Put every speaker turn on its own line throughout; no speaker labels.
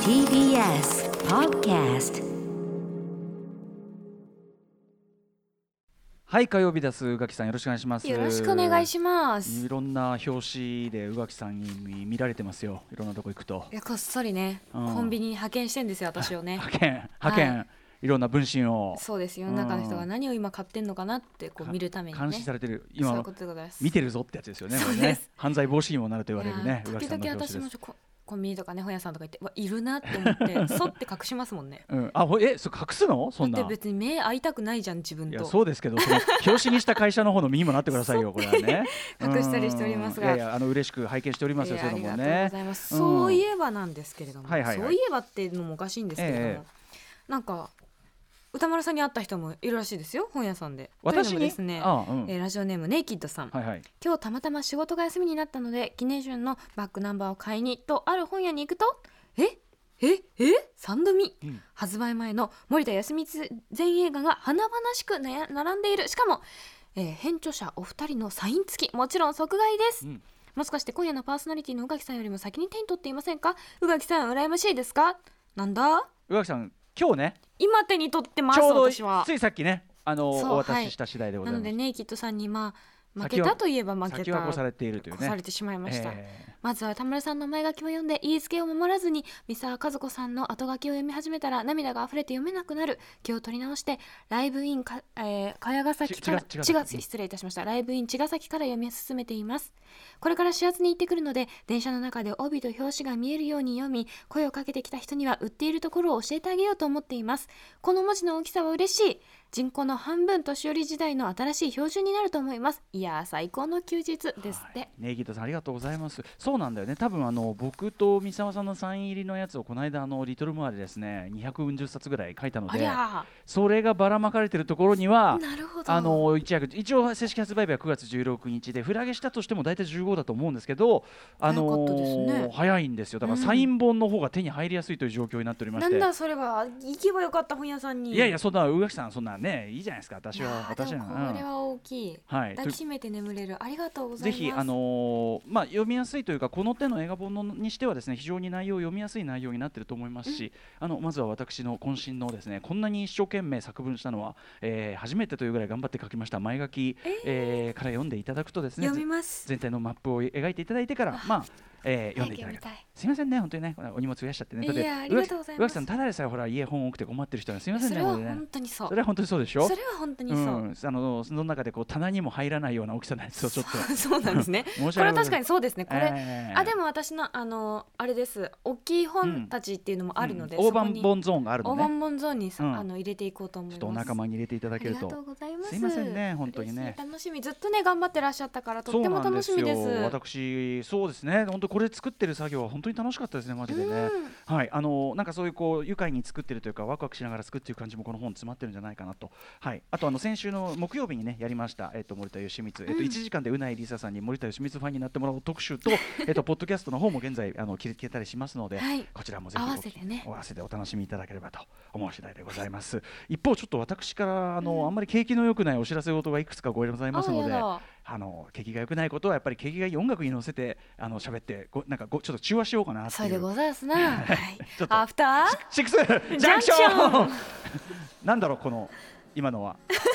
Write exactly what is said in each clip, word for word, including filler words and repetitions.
ティービーエス Podcast。
はい、火曜日です。宇垣さんよろしくお願いします。
よろしくお願いします。
いろんな表紙で宇垣さんに見られてますよ。いろんなとこ行くと。
いやこっそりね、うん、コンビニに派遣してんですよ私をね。
派遣派遣、はい、いろんな分身を。
そうですよ。世の中の人が何を今買ってんのかなってこう見るためにね。
監視されてる。今
そういうことでございます。
見てるぞってやつですよね。
そうです。
ね、犯罪防止にもなると言われるね。宇垣さんの表紙です。
時々私もコンビニとかね本屋さんとか行ってわいるなって思ってそって隠しますもんね。
うん、あえそ隠すのそんな。
だって別に目合いたくないじゃん自分と。
いやそうですけどその表紙にした会社の方の身にもなってくださいよこれはね。
隠したりしておりますが。
いやいやあの嬉しく拝見しておりますよ。そういうのもね。
ありがとうございます。そういえばなんですけれども、
はいはいはい、
そういえばっていうのもおかしいんですけれども、えー、なんか歌丸さんに会った人もいるらしいですよ本屋さんで。
私に
ですね、ああ、うん、えー、ラジオネームネイキッドさん、
はいはい、
今日たまたま仕事が休みになったのでギネジュンのバックナンバーを買いにとある本屋に行くとえええさんどみ、うん、発売前の森田康光全映画が華々しく並んでいる。しかも、えー、編著者お二人のサイン付き、もちろん即買いです、うん、もしかして今夜のパーソナリティの宇垣さんよりも先に手に取っていませんか。宇垣さん羨ましいですか。なんだ
宇垣さん今日ね
今手に取ってます。
ちょうど
私は
ついさっきねあのお渡しした次第でございます、
はい、なのでネイキッドさんにまあ負けたといえば負けた、
先は越されているというね、
越されてしまいました、
えー、
まずは田村さんの前書きを読んで言いつけを守らずに三沢和子さんの後書きを読み始めたら涙が溢れて読めなくなる。気を取り直してライブインか、えー、茅ヶ崎から茅ヶ崎失礼いたしましたライブイン茅ヶ崎から読み進めています。これから始発に行ってくるので電車の中で帯と表紙が見えるように読み声をかけてきた人には売っているところを教えてあげようと思っています。この文字の大きさは嬉しい。人口の半分年寄り時代の新しい標準になると思います。いや最高の休日ですって、はい、
ネイギトさんありがとうございます。そうなんだよね。多分あの僕と三沢さんのサイン入りのやつをこの間あのリトルモアでですねにひゃくうんじゅっさつぐらい書いたのでそれがばらまかれてるところには
なるほど。
あの一役一応正式発売日はくがつじゅうろくにちでフラゲしたとしても大体じゅうごだと思うんですけどあのー、早かったですね。早いんですよ。だからサイン本の方が手に入りやすいという状況になっておりまして、
うん、なんだそれは行けばよかった本屋さんに。
いやいやそんな宇垣さんそんなねいいじゃないですか。私は私は
これは大きい、はい、抱きしめて眠れる。ありがとうございます。
ぜひ、あのーまあ、読みやすいというかこの手の映画本のにしてはですね非常に内容読みやすい内容になっていると思いますし、うん、あのまずは私の渾身のですねこんなに一生懸命作文したのは、えー、初めてというぐらい頑張って書きました前書き、えーえー、から読んでいただくとですね
読みます。
全体のマップを描いていただいてからまあえー、読んでいただけた。すみませんね本当にねお荷物増やしちゃってね。
いやありがとうございます。
宇垣さんただでさえほら家本多くて困ってる人はすみませんね。
それは本当にそう。
それは本当にそうでしょ。
それは本当にそう、うん、
あのその中でこう棚にも入らないような大きさのやつをちょっと
そうなんですねこれは確かにそうですねこれ、
えー、
あでも私のあのあれです大きい本たちっていうのもあるので、
うんうん、大盤本ゾーンがあるのね。
大盤本ゾーンに、うん、あの入れていこうと思います。
ちょっとお仲間に入れていただけると。
ありがとうございます。
すいませんね本当にね
楽しみずっとね頑張ってらっしゃったからとっても楽しみです。
そうなんですよ。私そうですね本当これ作ってる作業は本当に楽しかったですねマジでね、うん、はいあのなんかそういうこう愉快に作ってるというかワクワクしながら作ってる感じもこの本詰まってるんじゃないかなと。はい。あとあの先週の木曜日にねやりました、えっと、森田義満、えっと、いちじかんでうないりささんに森田義満ファンになってもらおう特集と、えっと、ポッドキャストの方も現在あの聞けたりしますので、はい、こちらもぜひ
合わせてね
合わせてお楽しみいただければと思う次第でございます。一方ちょっと私からあの、うん、あんまり景気の良くないお知らせ事がいくつかございますのであの景気が良くないことはやっぱり景気がいい音楽に乗せてあの喋ってごなんかごちょっと中和しようかなっていう。
それでございますな、はい、
ちょっと
アフター
シックスジャンクションなんだろうこの今のは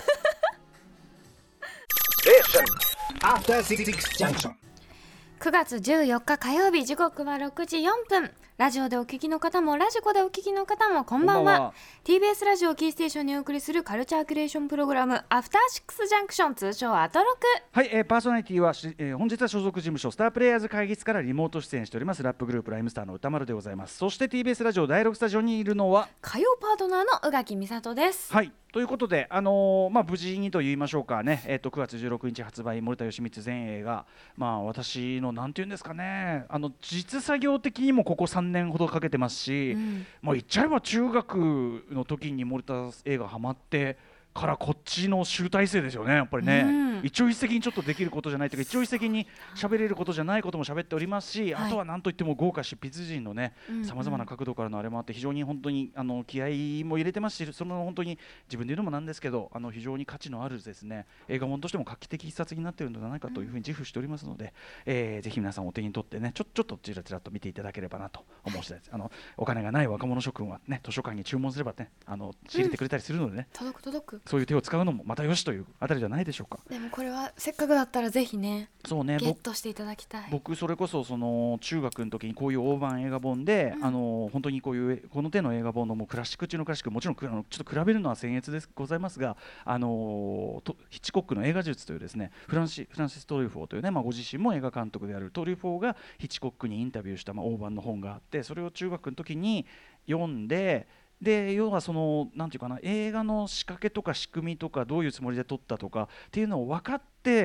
くがつじゅうよっか火曜日時刻はろくじよんぷん。ラジオでお聞きの方もラジコでお聞きの方もこんばんは。こんばんは。 ティービーエス ラジオキーステーションにお送りするカルチャーキュレーションプログラムアフターシックスジャンクション通称アトロク。
はい、えー、パーソナリティは、えー、本日は所属事務所スタープレイヤーズ会議室からリモート出演しておりますラップグループライムスターの歌丸でございます。そして ティービーエス ラジオだいろくスタジオにいるのは
火曜パートナーの宇垣美里です。
はいということで、あのーまあ、無事にと言いましょうかね、えー、とくがつじゅうろくにち発売森田義満全映が、まあ、私のなんていうんですかねあの実作業的にもここさんねんほどかけてますし、うん、まあ、言っちゃえば中学の時に森田映画ハマってからこっちの集大成ですよねやっぱりね、うん、 一朝一夕にちょっとできることじゃないというか、一朝一夕に喋れることじゃないことも喋っておりますし、はい、あとは何といっても豪華執筆陣のねさまざまな角度からのあれもあって、非常に本当にあの気合も入れてますし、その本当に自分で言うのもなんですけど、あの非常に価値のあるですね映画本としても画期的一冊になっているのではないかというふうに自負しておりますので、うんえー、ぜひ皆さんお手に取ってねちょちょっとちらちらと見ていただければなと思う次第です。あのお金がない若者諸君はね図書館に注文すればねあの仕入れてくれたりするのでね、
うん、届く届く、
そういう手を使うのもまたよしというあたりじゃないでしょうか。
でもこれはせっかくだったらぜひね、そうねゲットしていただきたい。
僕それこそその中学の時にこういう大判映画本で、うん、あの本当にこういうこの手の映画本のもうクラシック中のクラシック、もちろんあのちょっと比べるのは僭越ですございますが、あのとヒッチコックの映画術というですねフランシフランシス・トリュフォーというね、まあ、ご自身も映画監督であるトリュフォーがヒッチコックにインタビューした、まあ、大判の本があって、それを中学の時に読んで、で要はそのなんていうかな、映画の仕掛けとか仕組みとかどういうつもりで撮ったとかっていうのを分かって、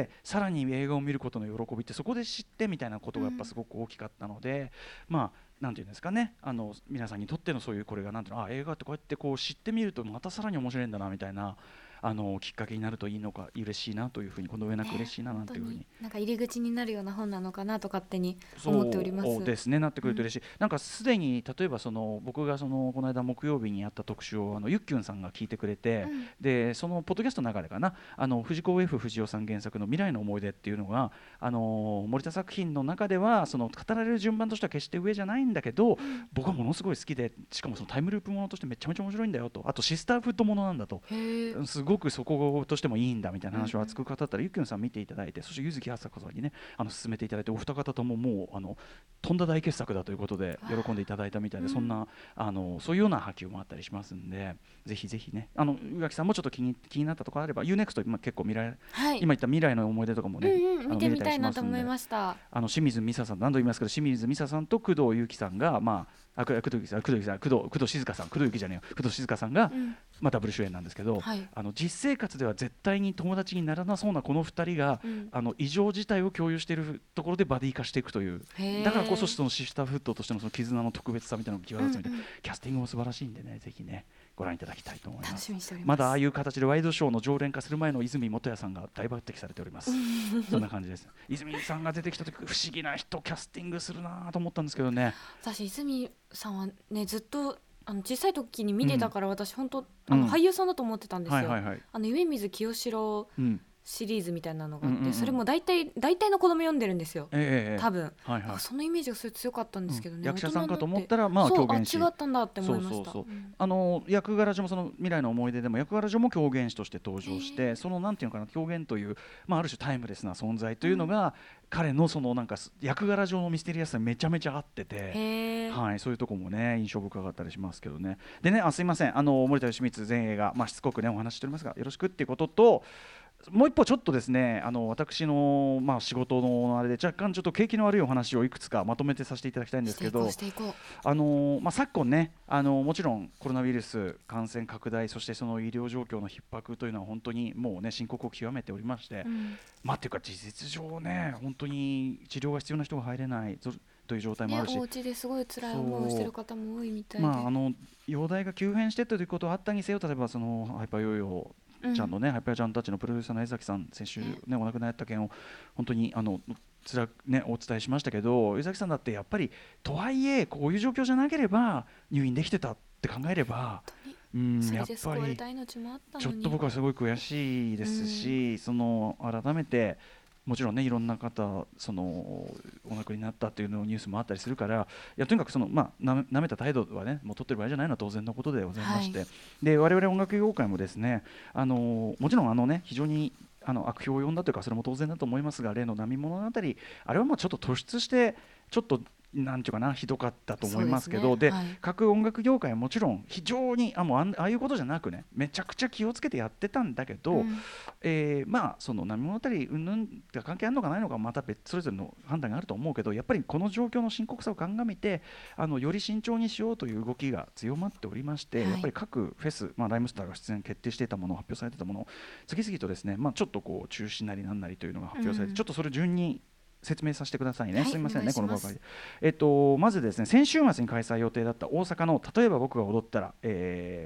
さらに映画を見ることの喜びってそこで知ってみたいなことがやっぱすごく大きかったので、うん、まあなんていうんですかね、あの皆さんにとってのそういうこれがなんていうの、あ映画ってこうやってこう知ってみるとまたさらに面白いんだなみたいなあのきっかけになるといいのか嬉しいなというふうに、この上なく嬉しいななんていうふうに、
ね、なんか入り口になるような本なのかなと勝手に思っております。
そうですね、なってくると嬉しい、うん、なんかすでに例えばその僕がそのこの間木曜日にやった特集をあのゆっきゅんさんが聞いてくれて、うん、でそのポッドキャストの中でかな、あの藤子 F 不二雄さん原作の未来の思い出っていうのがあの森田作品の中ではその語られる順番としては決して上じゃないんだけど、うん、僕はものすごい好きで、しかもそのタイムループものとしてめちゃめちゃ面白いんだよと、あとシスターフッドものなんだと、すごくそこをとしてもいいんだみたいな話を熱く語ったら、ゆっきゅんさん見ていただいて、そして柚木あさこさんにねあの進めていただいて、お二方とももうあのとんだ大傑作だということで喜んでいただいたみたいで、そんなあのそういうような波及もあったりしますんで、ぜひぜひね、あの宇垣さんもちょっと気に気になったところあれば ユーネクスト 今結構未来、はい、今言った未来の思い出とかもね、
うんうん、見てみたいなと思いました。
あの清水美沙さん、何度言いますけど清水美沙さんと工藤由紀さんがまああ工藤由紀さん工藤さん工藤工藤静香さん工藤由紀じゃねえよ工藤静香さんが、うんまあ、ダブル主演なんですけど、はい、あの実生活では絶対に友達にならなそうなこのふたりが、うん、あの異常事態を共有しているところでバディ化していくという、だからこそそのシスターフットとしてのその絆の特別さみたいなのが際立つみたいな、うんうん、キャスティングも素晴らしいんでね、ぜひねご覧いただきたいと思います。
楽しみにしております。
まだああいう形でワイドショーの常連化する前の泉元也さんが大抜擢されておりますそんな感じです。泉さんが出てきた時不思議な人キャスティングするなと思ったんですけどね。
私泉さんはねずっとあの小さい時に見てたから、うん、私本当あの、うん、俳優さんだと思ってたんですよ、はいはいはい、あの夢水清志郎シリーズみたいなのがあって、うんうんうん、それも大体大体の子供読んでるんですよ、えー、多分、はいはい、そのイメージがすごい強かったんですけどね、うん、
役者さんかと思ったらまあ狂言師、
そうあ違ったんだって思いました。そうそうそう、
うん、あの役柄上もその未来の思い出でも役柄上も狂言師として登場して、えー、そのなんていうのかな狂言という、まあ、ある種タイムレスな存在というのが、うん、彼のそのなんか役柄上のミステリアスさにめちゃめちゃ合ってて、はい、そういうとこもね印象深かったりしますけどね。でね、あすいません、あの森田義満前映画、まあ、しつこくねお話ししておりますがよろしくっていうことと、もう一歩ちょっとですね、あの私の、まあ、仕事のあれで若干ちょっと景気の悪いお話をいくつかまとめてさせていただきたいんですけど、あの、まあ、昨今ね、あのもちろんコロナウイルス感染拡大、そしてその医療状況の逼迫というのは本当にもうね深刻を極めておりまして、うん、まあっていうか事実上ね本当に治療が必要な人が入れないという状態もあるし、ね、
お家ですごい辛い思いをしてる方も多いみたいで、
まあ、あの容体が急変してということはあったにせよ、例えばそのハイパーヨーヨーちゃんのね、うん、ハイパーちゃんたちのプロデューサーの江崎さん、先週、ね、お亡くなりになった件を本当にあのつらく、ね、お伝えしましたけど、江崎さんだってやっぱりとはいえこういう状況じゃなければ入院できてたって考えれば、うん、やっぱりちょっと僕はすごい悔しいですし、うん、その改めてもちろんねいろんな方そのお亡くなりになったっていうのニュースもあったりするから、いやとにかくその、まあ、な, なめた態度はねもう取ってる場合じゃないのは当然のことでございまして、はい、で我々音楽業界もですね、あのもちろんあのね非常にあの悪評を呼んだというかそれも当然だと思いますが、例の波物語あれはまあちょっと突出してちょっとなんていうかなひどかったと思いますけど、で、ねはい、各音楽業界はもちろん非常に あ, もう あ, ああいうことじゃなくねめちゃくちゃ気をつけてやってたんだけど、うん、えー、まあその波物語云々が関係あるのかないのかまた別それぞれの判断があると思うけど、やっぱりこの状況の深刻さを鑑みてあのより慎重にしようという動きが強まっておりまして、はい、やっぱり各フェス、まあ、ライムスターが出演決定していたもの発表されていたものを次々とですね、まあ、ちょっとこう中止なりなんなりというのが発表されて、うん、ちょっとそれ順に説明させてくださいね、はい、すみませんねこの場合、えっと、まずですね先週末に開催予定だった大阪の例えば僕が踊ったら、えー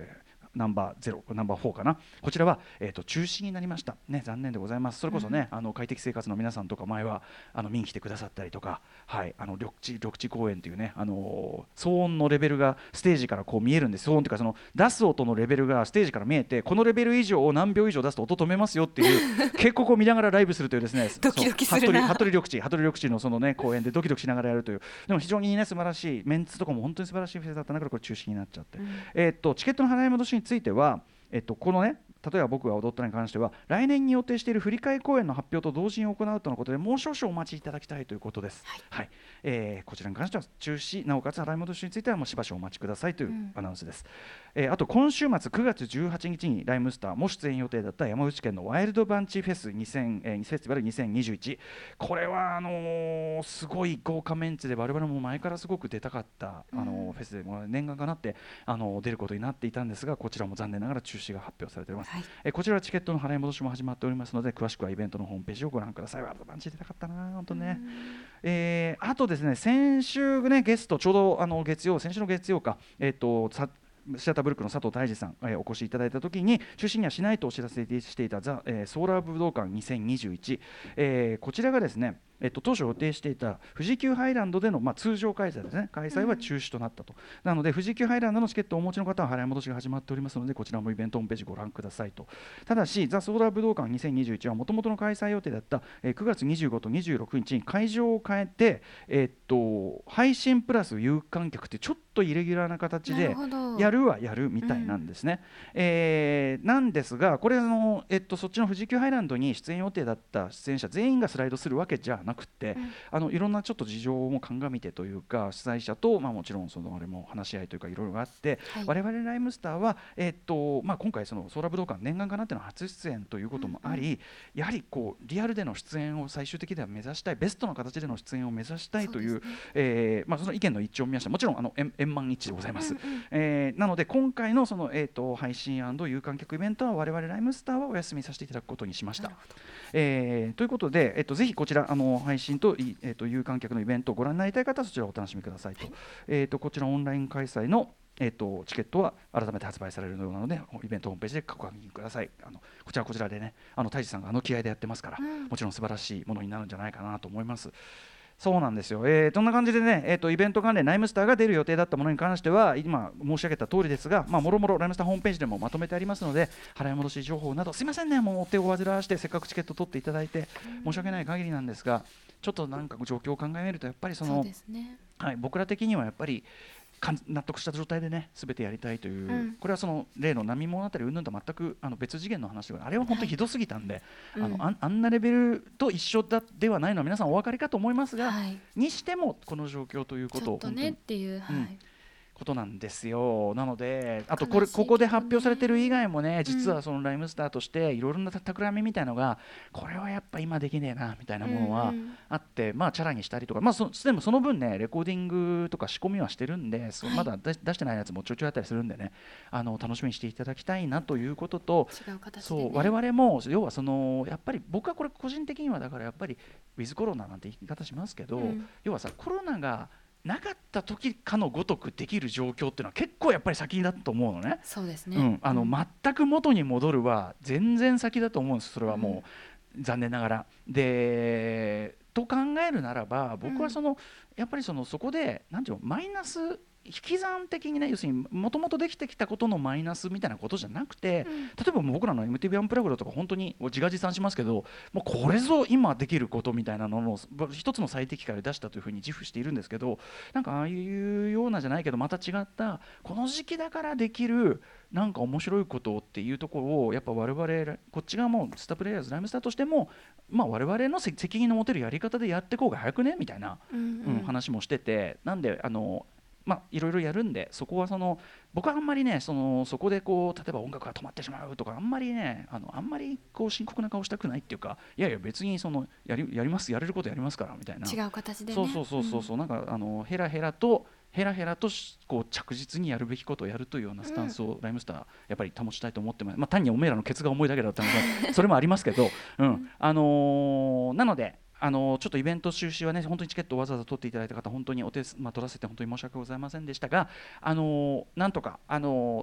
ナンバーゼロナンバーフォーかな、こちらは、えー、と中止になりました、ね、残念でございます。それこそね、うん、あの快適生活の皆さんとか前はあの見に来てくださったりとか、はい、あの緑地緑地公園というね、あのー、騒音のレベルがステージからこう見えるんです。騒音というかその出す音のレベルがステージから見えて、このレベル以上を何秒以上出すと音止めますよっていう結構こう見ながらライブするというですね
ドキドキするな。
服部緑地服部緑地のそのね公園でドキドキしながらやるという、でも非常にね素晴らしいメンツとかも本当に素晴らしいフェスだったんだけど、これ中止になっちゃって、うん、えー、っとチケットの払い戻しについては、えっと、このね例えば僕が踊ったに関しては来年に予定している振り替え公演の発表と同時に行うとのことで、もう少々お待ちいただきたいということです。はい、はい、えー、こちらに関しては中止、なおかつ払い戻しについてはもうしばしお待ちくださいというアナウンスです。うん、えー、あと今週末くがつじゅうはちにちにライムスターも出演予定だった山口県のワイルドバンチフェスにせん、えー、フェスティバルにせんにじゅういち、これはあのー、すごい豪華メンツで我々も前からすごく出たかった、あのーうん、フェスでも念願かなって、あのー、出ることになっていたんですが、こちらも残念ながら中止が発表されております。はい、えー、こちらはチケットの払い戻しも始まっておりますので、詳しくはイベントのホームページをご覧ください。ワールドバンチ出たかったな本当ね。えー、あとですね、先週ねゲストちょうどあの月曜先週の月曜か、えっ、ー、とさシアターブルックの佐藤大二さん、えー、お越しいただいたときに中止にはしないとお知らせしていたザ、えー、ソーラー武道館にせんにじゅういち、えー、こちらがですね、えっと、当初予定していた富士急ハイランドでの、まあ、通常開催ですね、開催は中止となったと、うん、なので富士急ハイランドのチケットをお持ちの方は払い戻しが始まっておりますので、こちらもイベントホームページご覧くださいと。ただしザ・ソーラー武道館にせんにじゅういちはもともとの開催予定だった、えー、くがつにじゅうごとにじゅうろくにちに会場を変えて、えー、っと配信プラス有観客ってちょっとイレギュラーな形でやるはやるみたいなんですね。うん、えー、なんですがこれあの、えっと、そっちの富士急ハイランドに出演予定だった出演者全員がスライドするわけじゃなくて、うん、あのいろんなちょっと事情も鑑みてというか、主催者と、まあ、もちろんそのあれも話し合いというかいろいろあって、はい、我々ライムスターは、えーっとまあ、今回そのソーラー武道館念願かなっていうのは初出演ということもあり、うんうん、やはりこうリアルでの出演を最終的には目指したい、ベストな形での出演を目指したいという、 そうですね、えーまあ、その意見の一致を見ました。もちろんあの円円満一致でございます。うんうん、えー、なので今回のその、えーっと配信&有観客イベントは我々ライムスターはお休みさせていただくことにしました。えー、ということで、えっと、ぜひこちらあの配信と、えっと、有観客のイベントをご覧になりたい方はそちらをお楽しみくださいと。えっと、こちらオンライン開催のえー、とチケットは改めて発売されるようなので、イベントホームページでご確認ください。あのこちらこちらでね、あの太一さんがあの気合でやってますから、うん、もちろん素晴らしいものになるんじゃないかなと思います。そうなんですよ、えー、そんな感じでね、えー、とイベント関連ライムスターが出る予定だったものに関しては今申し上げた通りですが、まあ、もろもろライムスターホームページでもまとめてありますので、払い戻し情報などすいませんね、もうお手を煩わしてせっかくチケット取っていただいて申し訳ない限りなんですが、ちょっとなんか状況を考えるとやっぱりその
そうですね、
はい、僕ら的にはやっぱり納得した状態でね全てやりたいという、うん、これはその例の波物語云々と全くあの別次元の話で、あれは本当にひどすぎたんで、はい、あの、うん、あ, あんなレベルと一緒だではないのは皆さんお分かりかと思いますが、はい、にしてもこの状況ということを
ちょっとねっていう、はい、うん
ことなんですよ。なのであとこれここで発表されてる以外もね、実はそのライムスターとしていろいろな企みみたいのが、これはやっぱ今できねえなみたいなものはあって、まあチャラにしたりとか、まあそでもその分ねレコーディングとか仕込みはしてるんで、まだ出してないやつもちょいちょいあったりするんでね、あの楽しみにしていただきたいなということと、
違う形でね、
そう我々も要はそのやっぱり僕はこれ個人的にはだからやっぱりウィズコロナなんて言い方しますけど、うん、要はさコロナがなかった時かのごとくできる状況っていうのは結構やっぱり先だと思うのね。
そうですね、
うん、あの全く元に戻るは全然先だと思うんです。それはもう、うん、残念ながらでと考えるならば僕はその、うん、やっぱりそのそこで何ていうのマイナス引き算的にね、要するにもともとできてきたことのマイナスみたいなことじゃなくて、うん、例えば僕らの エムティーブイ アンプラグドとか本当に自画自賛しますけど、もうこれぞ今できることみたいなのの一つの最適解で出したというふうに自負しているんですけど、なんかああいうようなじゃないけどまた違ったこの時期だからできるなんか面白いことっていうところをやっぱ我々こっち側もスタープレイヤーズライムスターとしても、まあ、我々の責任の持てるやり方でやっていこうが早くねみたいな、うんうんうん、話もしてて、なんであのまあ、いろいろやるんで、そこはその僕はあんまりね そのそこでこう例えば音楽が止まってしまうとかあんまりねあのあんまりこう深刻な顔したくないっていうか、いやいや別にそのやりやりますやれることやりますからみたいな、
違う形でね、
そうそうそうそうそう、うん、なんかあのヘラヘラとヘラヘラとこう着実にやるべきことをやるというようなスタンスをライムスターやっぱり保ちたいと思ってます。まあ、単におめえらのケツが重いだけだったのでそれもありますけど、うんあのー、なのであのちょっとイベント中止はね本当にチケットをわざわざ取っていただいた方本当にお手、まあ、取らせて本当に申し訳ございませんでしたが、あのなんとかあの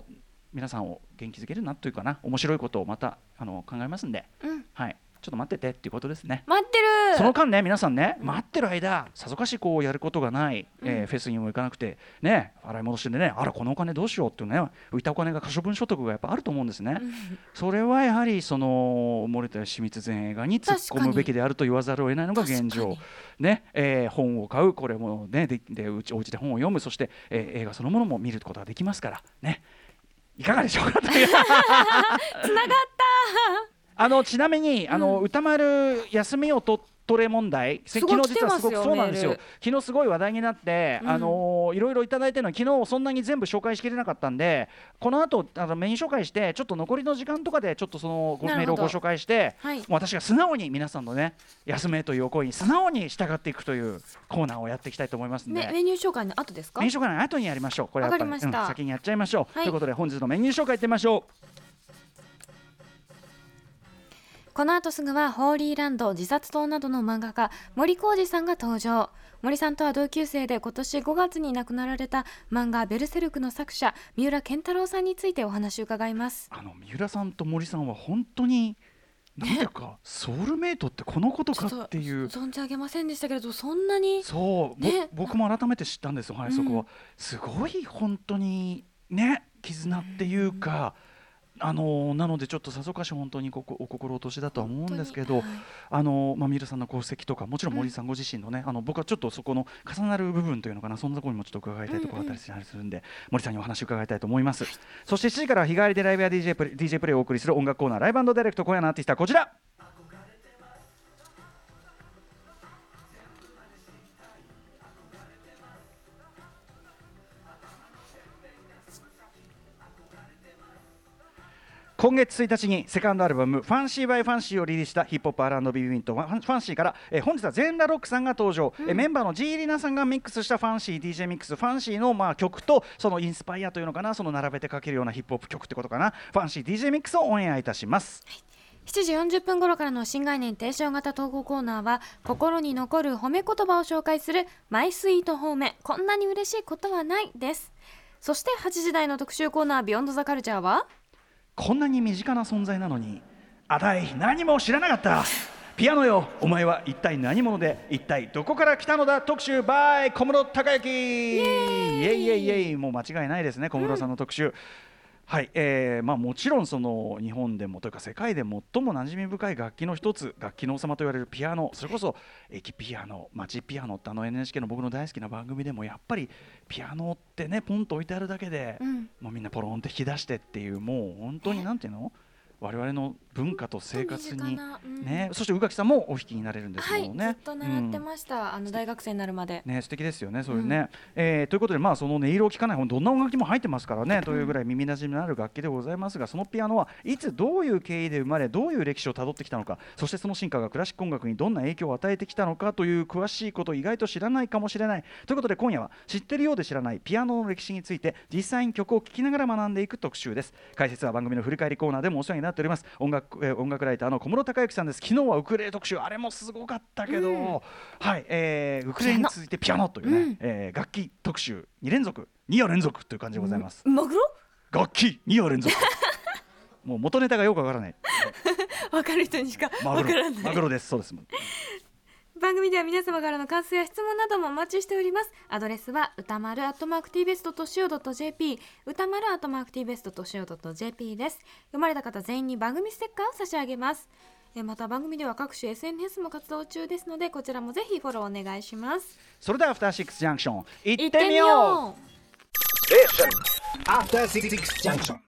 皆さんを元気づけるなというかな、面白いことをまたあの考えますんで、
うん、
はい、ちょっと待っててっていうことですね。
待ってる。
その間ね、皆さんね、待ってる間さぞかしこうやることがない、
うん、
えー、フェスにも行かなくてね、洗い戻しでね、あらこのお金どうしようっていうね、浮いたお金が可処分所得がやっぱあると思うんですね、うん、それはやはりその漏れた清水前映画に突っ込むべきであると言わざるを得ないのが現状ね、えー、本を買う、これもね、ででうちお家で本を読む、そして、えー、映画そのものも見ることができますからね、いかがでしょうかというつながったあのちなみに、うん、あの歌丸休みを取取れ問題、
昨日実はすごく
そうなんですよ。昨日すごい話題になって、うん、あのいろいろいただいてるの昨日そんなに全部紹介しきれなかったんで、この後あのメニュー紹介してちょっと残りの時間とかでちょっとそのメールをご紹介して、はい、私が素直に皆さんのね休めというお声に素直に従っていくというコーナーをやっていきたいと思いますので、
メニュー紹介の後ですか？
メニュー紹介の後にやりましょう。これやっぱり、うん、先にやっちゃいましょう、はい、ということで本日のメニュー紹介いってみましょう。
この後すぐはホーリーランド、自殺島などの漫画家森浩二さんが登場。森さんとは同級生で今年ごがつに亡くなられた漫画ベルセルクの作者三浦健太郎さんについてお話を伺います。
あの三浦さんと森さんは本当になんていうか、ね、ソウルメイトってこのことかっていう
存じ上げませんでしたけれど、そんなに
そう、ね、僕も改めて知ったんですよ、はい、そこは、うん、すごい本当にね絆っていうか、うんあのなのでちょっとさぞかし本当にここお心落としだとは思うんですけど、はい、あのまあ、三浦さんの功績とかもちろん森さんご自身のね、うん、あの僕はちょっとそこの重なる部分というのかな、そんなところにもちょっと伺いたいところだったりするんで、うんうん、森さんにお話を伺いたいと思います、はい、そしてしちじからは日替わりでライブや ディージェー プレイ、ディージェー プレイをお送りする音楽コーナーライブ&ダイレクト、今夜のアーティストはこちら。今月ついたちにセカンドアルバム「ファンシー・バイ・ファンシー」をリリースしたヒップホップ アールアンドビー ユニットファンシーから、えー、本日は全裸ロックさんが登場、うん、えー、メンバーの G リナさんがミックスしたファンシー ディージェー ミックスファンシーの、まあ、曲とそのインスパイアというのかな、その並べてかけるようなヒップホップ曲ってことかな、ファンシー ディージェー ミックスをオンエアいたします、はい。
しちじよんじゅっぷん頃からの新概念提唱型投稿コーナーは心に残る褒め言葉を紹介するマイスイート褒め、こんなに嬉しいことはないです。そしてはちじ台の特集コーナービヨンドザカルチャーは
こんなに身近な存在なのにあたい何も知らなかった、ピアノよお前は一体何者で一体どこから来たのだ特集 by 小室孝之、イエイイエイイエイ、もう間違いないですね、小室さんの特集、うん、はい、えーまあ、もちろんその日本でもというか世界で最も馴染み深い楽器の一つ、楽器の王様と言われるピアノ、それこそ駅ピアノ、街ピアノってあの エヌエイチケー の僕の大好きな番組でもやっぱりピアノってねポンと置いてあるだけで、うん、もうみんなポロンって引き出してっていう、もう本当になんていうの我々の文化と生活に、うんね、そして宇垣さんもお弾きになれるんですもんね、
はい、ずっと習ってました、うん、あの大学生になるまで、
ね、素敵ですよねそういうね、うん、えー、ということで、まあ、その音色を聴かないどんな音楽も入ってますからね、うん、というぐらい耳なじみのある楽器でございますが、そのピアノはいつどういう経緯で生まれどういう歴史をたどってきたのか、そしてその進化がクラシック音楽にどんな影響を与えてきたのかという詳しいことを意外と知らないかもしれないということで、今夜は知ってるようで知らないピアノの歴史について実際に曲を聴きながら学んでいく特集です。解説は番組の振り返りコーナーでもお世話になっております音楽えー、音楽ライターの小室孝之さんです。昨日はウクレレ特集、あれもすごかったけど、うん、はい、えー、ウクレレに続いてピアノというね、うん、えー、楽器特集に連続に夜連続という感じでございます、
うん、マグロ
楽器に夜連続もう元ネタがよくわからない
わかる人にしかわからない
マグロです、そうです
番組では皆様からの感想や質問などもお待ちしております。アドレスは歌丸アットマーク ティーベースドットシーオードットジェーピー 歌丸アットマーク ティーベースドットシーオードットジェーピー です。読まれた方全員に番組ステッカーを差し上げます。また番組では各種 エスエヌエス も活動中ですので、こちらもぜひフォローお願いします。
それではアフターシックスジャンクション行ってみよう。
アフターシックスジャンクション